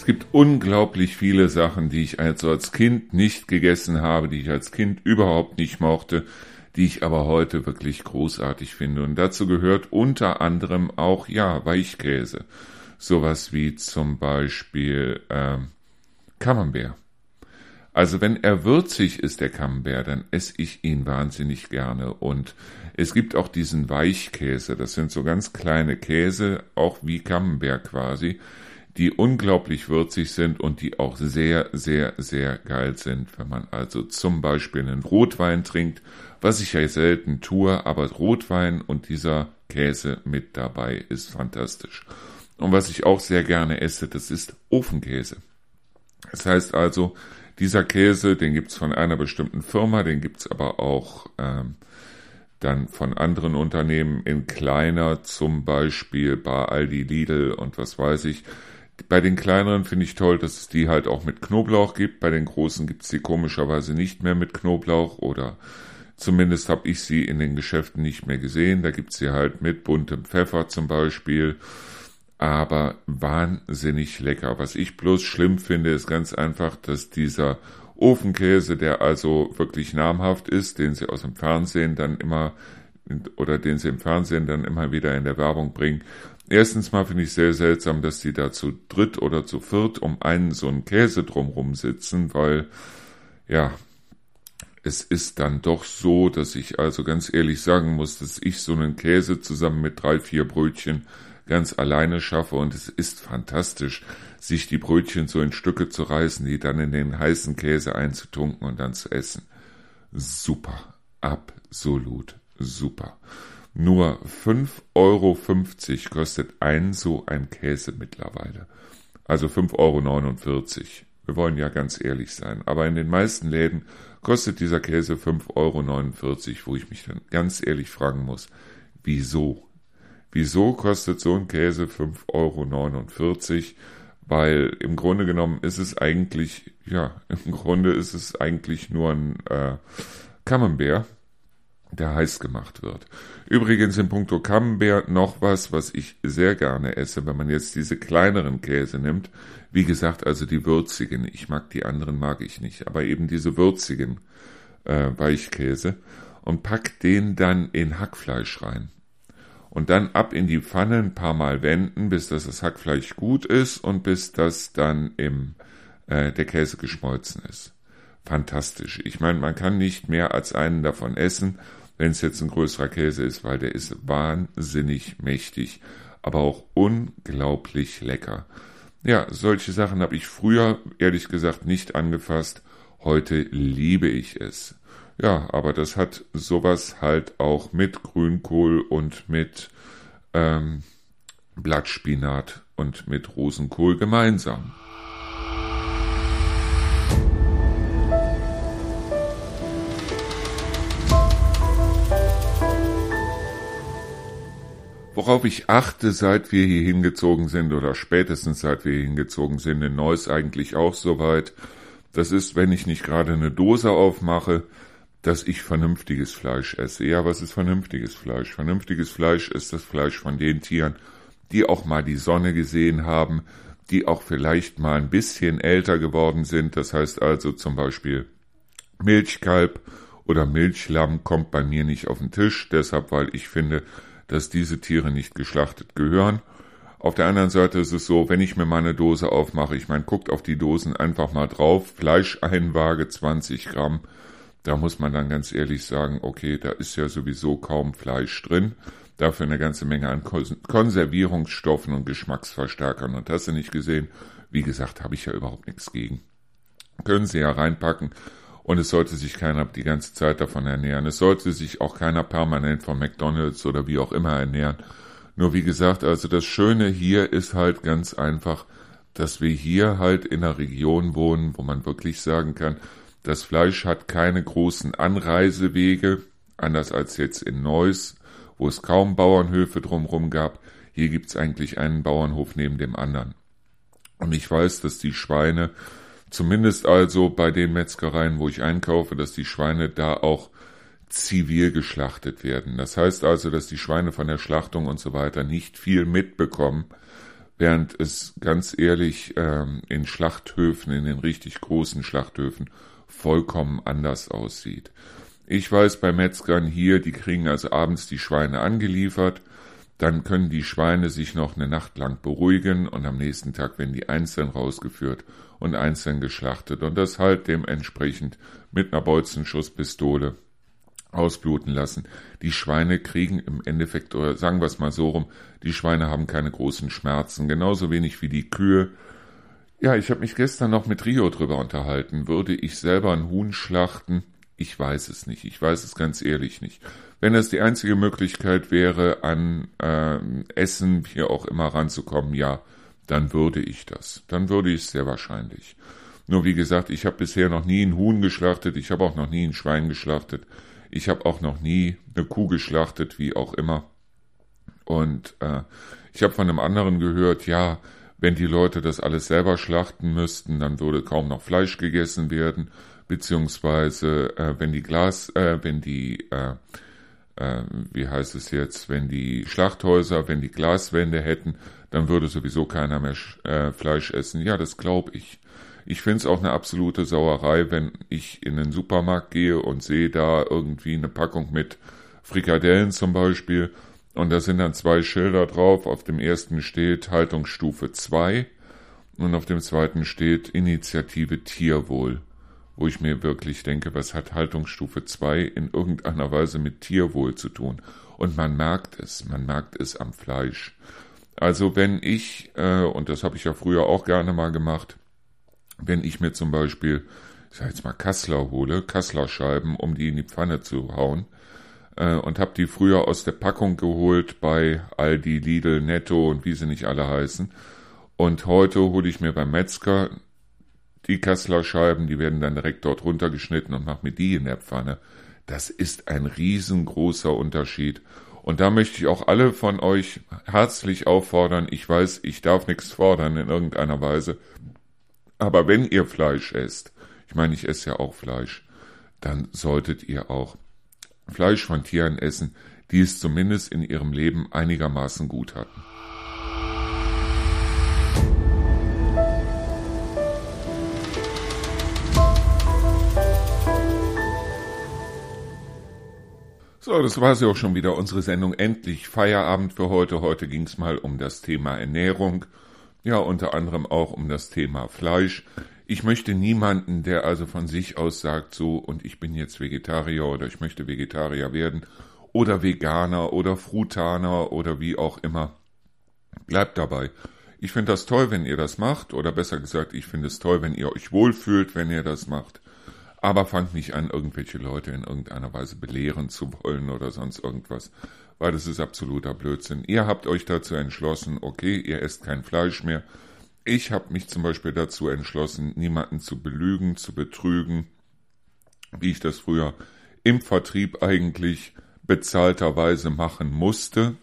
Es gibt unglaublich viele Sachen, die ich also als Kind nicht gegessen habe, die ich als Kind überhaupt nicht mochte, die ich aber heute wirklich großartig finde. Und dazu gehört unter anderem auch, ja, Weichkäse. Sowas wie zum Beispiel Camembert. Also wenn er würzig ist, der Camembert, dann esse ich ihn wahnsinnig gerne. Und es gibt auch diesen Weichkäse, das sind so ganz kleine Käse, auch wie Camembert quasi, die unglaublich würzig sind und die auch sehr, sehr, sehr geil sind, wenn man also zum Beispiel einen Rotwein trinkt, was ich ja selten tue, aber Rotwein und dieser Käse mit dabei ist fantastisch. Und was ich auch sehr gerne esse, das ist Ofenkäse. Das heißt also, dieser Käse, den gibt's von einer bestimmten Firma, den gibt's aber auch dann von anderen Unternehmen in kleiner, zum Beispiel bei Aldi, Lidl und was weiß ich. Bei den kleineren finde ich toll, dass es die halt auch mit Knoblauch gibt. Bei den großen gibt's die komischerweise nicht mehr mit Knoblauch oder zumindest habe ich sie in den Geschäften nicht mehr gesehen. Da gibt's sie halt mit buntem Pfeffer zum Beispiel. Aber wahnsinnig lecker. Was ich bloß schlimm finde, ist ganz einfach, dass dieser Ofenkäse, der also wirklich namhaft ist, den sie aus dem Fernsehen dann immer, oder den sie im Fernsehen dann immer wieder in der Werbung bringen. Erstens mal finde ich sehr seltsam, dass die da zu dritt oder zu viert um einen so einen Käse drumrum sitzen, weil, ja, es ist dann doch so, dass ich also ganz ehrlich sagen muss, dass ich so einen Käse zusammen mit 3, 4 Brötchen ganz alleine schaffe und es ist fantastisch, sich die Brötchen so in Stücke zu reißen, die dann in den heißen Käse einzutunken und dann zu essen. Super, absolut super. Nur 5,50 € kostet so ein Käse mittlerweile. Also 5,49 €. Wir wollen ja ganz ehrlich sein. Aber in den meisten Läden kostet dieser Käse 5,49 €, wo ich mich dann ganz ehrlich fragen muss, wieso? Wieso kostet so ein Käse 5,49 €? Weil im Grunde genommen ist es eigentlich, nur ein Camembert, der heiß gemacht wird. Übrigens in puncto Camembert noch was ich sehr gerne esse, wenn man jetzt diese kleineren Käse nimmt. Wie gesagt, also die würzigen. Ich mag die anderen, mag ich nicht. Aber eben diese würzigen Weichkäse. Und pack den dann in Hackfleisch rein. Und dann ab in die Pfanne ein paar Mal wenden, bis das Hackfleisch gut ist und bis das dann der Käse geschmolzen ist. Fantastisch. Ich meine, man kann nicht mehr als einen davon essen, wenn es jetzt ein größerer Käse ist, weil der ist wahnsinnig mächtig, aber auch unglaublich lecker. Ja, solche Sachen habe ich früher, ehrlich gesagt, nicht angefasst. Heute liebe ich es. Ja, aber das hat sowas halt auch mit Grünkohl und mit Blattspinat und mit Rosenkohl gemeinsam. Worauf ich achte, seit wir hier hingezogen sind oder spätestens seit wir hier hingezogen sind, in Neuss eigentlich auch soweit, das ist, wenn ich nicht gerade eine Dose aufmache, dass ich vernünftiges Fleisch esse. Ja, was ist vernünftiges Fleisch? Vernünftiges Fleisch ist das Fleisch von den Tieren, die auch mal die Sonne gesehen haben, die auch vielleicht mal ein bisschen älter geworden sind. Das heißt also zum Beispiel Milchkalb oder Milchlamm kommt bei mir nicht auf den Tisch, deshalb, weil ich finde, dass diese Tiere nicht geschlachtet gehören. Auf der anderen Seite ist es so, wenn ich mir mal eine Dose aufmache, ich meine, guckt auf die Dosen einfach mal drauf, Fleischeinwaage 20 Gramm, da muss man dann ganz ehrlich sagen, okay, da ist ja sowieso kaum Fleisch drin, dafür eine ganze Menge an Konservierungsstoffen und Geschmacksverstärkern und hast du nicht gesehen, wie gesagt, habe ich ja überhaupt nichts gegen. Können Sie ja reinpacken. Und es sollte sich keiner die ganze Zeit davon ernähren. Es sollte sich auch keiner permanent von McDonald's oder wie auch immer ernähren. Nur wie gesagt, also das Schöne hier ist halt ganz einfach, dass wir hier halt in einer Region wohnen, wo man wirklich sagen kann, das Fleisch hat keine großen Anreisewege, anders als jetzt in Neuss, wo es kaum Bauernhöfe drumherum gab. Hier gibt's eigentlich einen Bauernhof neben dem anderen. Und ich weiß, dass die Schweine, zumindest also bei den Metzgereien, wo ich einkaufe, dass die Schweine da auch zivil geschlachtet werden. Das heißt also, dass die Schweine von der Schlachtung und so weiter nicht viel mitbekommen, während es ganz ehrlich in Schlachthöfen, in den richtig großen Schlachthöfen, vollkommen anders aussieht. Ich weiß bei Metzgern hier, die kriegen also abends die Schweine angeliefert, dann können die Schweine sich noch eine Nacht lang beruhigen und am nächsten Tag werden die einzeln rausgeführt und einzeln geschlachtet und das halt dementsprechend mit einer Bolzenschusspistole ausbluten lassen. Die Schweine kriegen im Endeffekt, oder sagen wir es mal so rum, die Schweine haben keine großen Schmerzen, genauso wenig wie die Kühe. Ja, ich habe mich gestern noch mit Rio drüber unterhalten. Würde ich selber ein Huhn schlachten? Ich weiß es nicht. Ich weiß es ganz ehrlich nicht. Wenn es die einzige Möglichkeit wäre, an Essen, wie auch immer, ranzukommen, ja, dann würde ich das. Dann würde ich es sehr wahrscheinlich. Nur wie gesagt, ich habe bisher noch nie ein Huhn geschlachtet. Ich habe auch noch nie ein Schwein geschlachtet. Ich habe auch noch nie eine Kuh geschlachtet, wie auch immer. Und ich habe von einem anderen gehört, ja, wenn die Leute das alles selber schlachten müssten, dann würde kaum noch Fleisch gegessen werden, beziehungsweise wenn die Schlachthäuser, wenn die Glaswände hätten, dann würde sowieso keiner mehr Fleisch essen. Ja, das glaube ich. Ich finde es auch eine absolute Sauerei, wenn ich in den Supermarkt gehe und sehe da irgendwie eine Packung mit Frikadellen zum Beispiel und da sind dann 2 Schilder drauf. Auf dem ersten steht Haltungsstufe 2 und auf dem zweiten steht Initiative Tierwohl, wo ich mir wirklich denke, was hat Haltungsstufe 2 in irgendeiner Weise mit Tierwohl zu tun? Und man merkt es am Fleisch. Also wenn ich, und das habe ich ja früher auch gerne mal gemacht, wenn ich mir zum Beispiel, ich sag jetzt mal Kassler hole, Kasslerscheiben, um die in die Pfanne zu hauen, und habe die früher aus der Packung geholt bei Aldi, Lidl, Netto und wie sie nicht alle heißen. Und heute hole ich mir beim Metzger die Kasslerscheiben, die werden dann direkt dort runtergeschnitten und mache mir die in der Pfanne. Das ist ein riesengroßer Unterschied. Und da möchte ich auch alle von euch herzlich auffordern. Ich weiß, ich darf nichts fordern in irgendeiner Weise. Aber wenn ihr Fleisch esst, ich meine, ich esse ja auch Fleisch, dann solltet ihr auch Fleisch von Tieren essen, die es zumindest in ihrem Leben einigermaßen gut hatten. So, das war sie auch schon wieder, unsere Sendung. Endlich Feierabend für heute. Heute ging es mal um das Thema Ernährung. Ja, unter anderem auch um das Thema Fleisch. Ich möchte niemanden, der also von sich aus sagt, so, und ich bin jetzt Vegetarier oder ich möchte Vegetarier werden oder Veganer oder Frutaner oder wie auch immer. Bleibt dabei. Ich finde das toll, wenn ihr das macht, oder besser gesagt, ich finde es toll, wenn ihr euch wohlfühlt, wenn ihr das macht. Aber fangt nicht an, irgendwelche Leute in irgendeiner Weise belehren zu wollen oder sonst irgendwas, weil das ist absoluter Blödsinn. Ihr habt euch dazu entschlossen, okay, ihr esst kein Fleisch mehr. Ich habe mich zum Beispiel dazu entschlossen, niemanden zu belügen, zu betrügen, wie ich das früher im Vertrieb eigentlich bezahlterweise machen musste.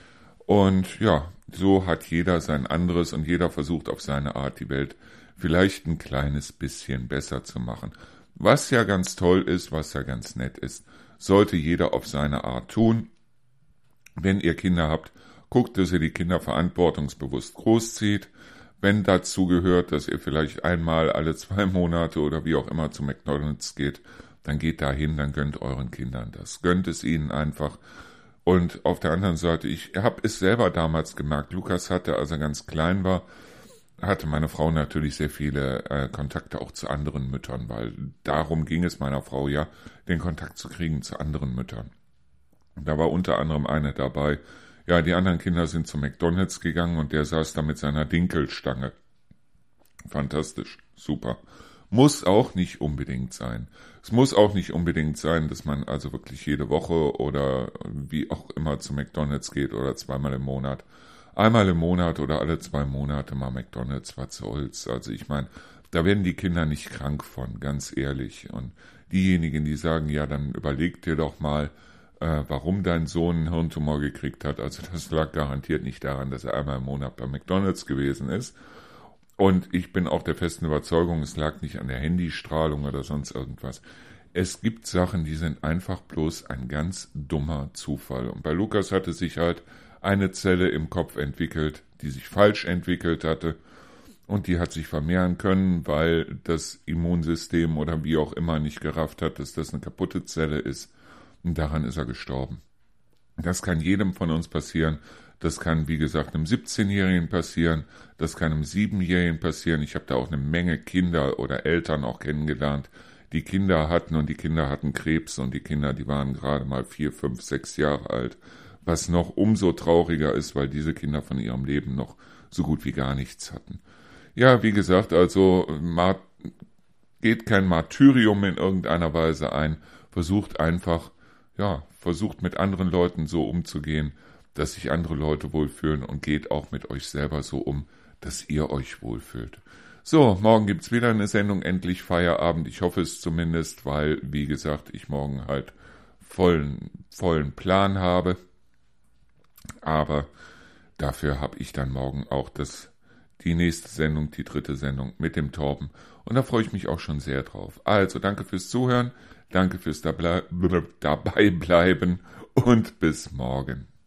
Und ja, so hat jeder sein anderes und jeder versucht auf seine Art die Welt vielleicht ein kleines bisschen besser zu machen. Was ja ganz toll ist, was ja ganz nett ist, sollte jeder auf seine Art tun. Wenn ihr Kinder habt, guckt, dass ihr die Kinder verantwortungsbewusst großzieht. Wenn dazu gehört, dass ihr vielleicht einmal alle 2 Monate oder wie auch immer zu McDonald's geht, dann geht dahin, dann gönnt euren Kindern das. Gönnt es ihnen einfach. Und auf der anderen Seite, ich habe es selber damals gemerkt, Lukas hatte, als er ganz klein war, hatte meine Frau natürlich sehr viele Kontakte auch zu anderen Müttern, weil darum ging es meiner Frau ja, den Kontakt zu kriegen zu anderen Müttern. Da war unter anderem eine dabei. Ja, die anderen Kinder sind zu McDonald's gegangen und der saß da mit seiner Dinkelstange. Fantastisch, super. Muss auch nicht unbedingt sein. Es muss auch nicht unbedingt sein, dass man also wirklich jede Woche oder wie auch immer zu McDonald's geht oder 2-mal im Monat. Einmal im Monat oder alle 2 Monate mal McDonald's, was soll's. Also ich meine, da werden die Kinder nicht krank von, ganz ehrlich. Und diejenigen, die sagen, ja, dann überleg dir doch mal, warum dein Sohn einen Hirntumor gekriegt hat. Also das lag garantiert nicht daran, dass er einmal im Monat bei McDonald's gewesen ist. Und ich bin auch der festen Überzeugung, es lag nicht an der Handystrahlung oder sonst irgendwas. Es gibt Sachen, die sind einfach bloß ein ganz dummer Zufall. Und bei Lukas hatte sich halt eine Zelle im Kopf entwickelt, die sich falsch entwickelt hatte und die hat sich vermehren können, weil das Immunsystem oder wie auch immer nicht gerafft hat, dass das eine kaputte Zelle ist und daran ist er gestorben. Das kann jedem von uns passieren. Das kann, wie gesagt, einem 17-Jährigen passieren. Das kann einem 7-Jährigen passieren. Ich habe da auch eine Menge Kinder oder Eltern auch kennengelernt, die Kinder hatten und die Kinder hatten Krebs und die Kinder, die waren gerade mal 4, 5, 6 Jahre alt. Was noch umso trauriger ist, weil diese Kinder von ihrem Leben noch so gut wie gar nichts hatten. Ja, wie gesagt, also geht kein Martyrium in irgendeiner Weise ein. Versucht einfach, versucht mit anderen Leuten so umzugehen, dass sich andere Leute wohlfühlen und geht auch mit euch selber so um, dass ihr euch wohlfühlt. So, morgen gibt's wieder eine Sendung, endlich Feierabend. Ich hoffe es zumindest, weil, wie gesagt, ich morgen halt vollen Plan habe. Aber dafür habe ich dann morgen auch die nächste Sendung, die 3. Sendung mit dem Torben. Und da freue ich mich auch schon sehr drauf. Also, danke fürs Zuhören, danke fürs dabei bleiben und bis morgen.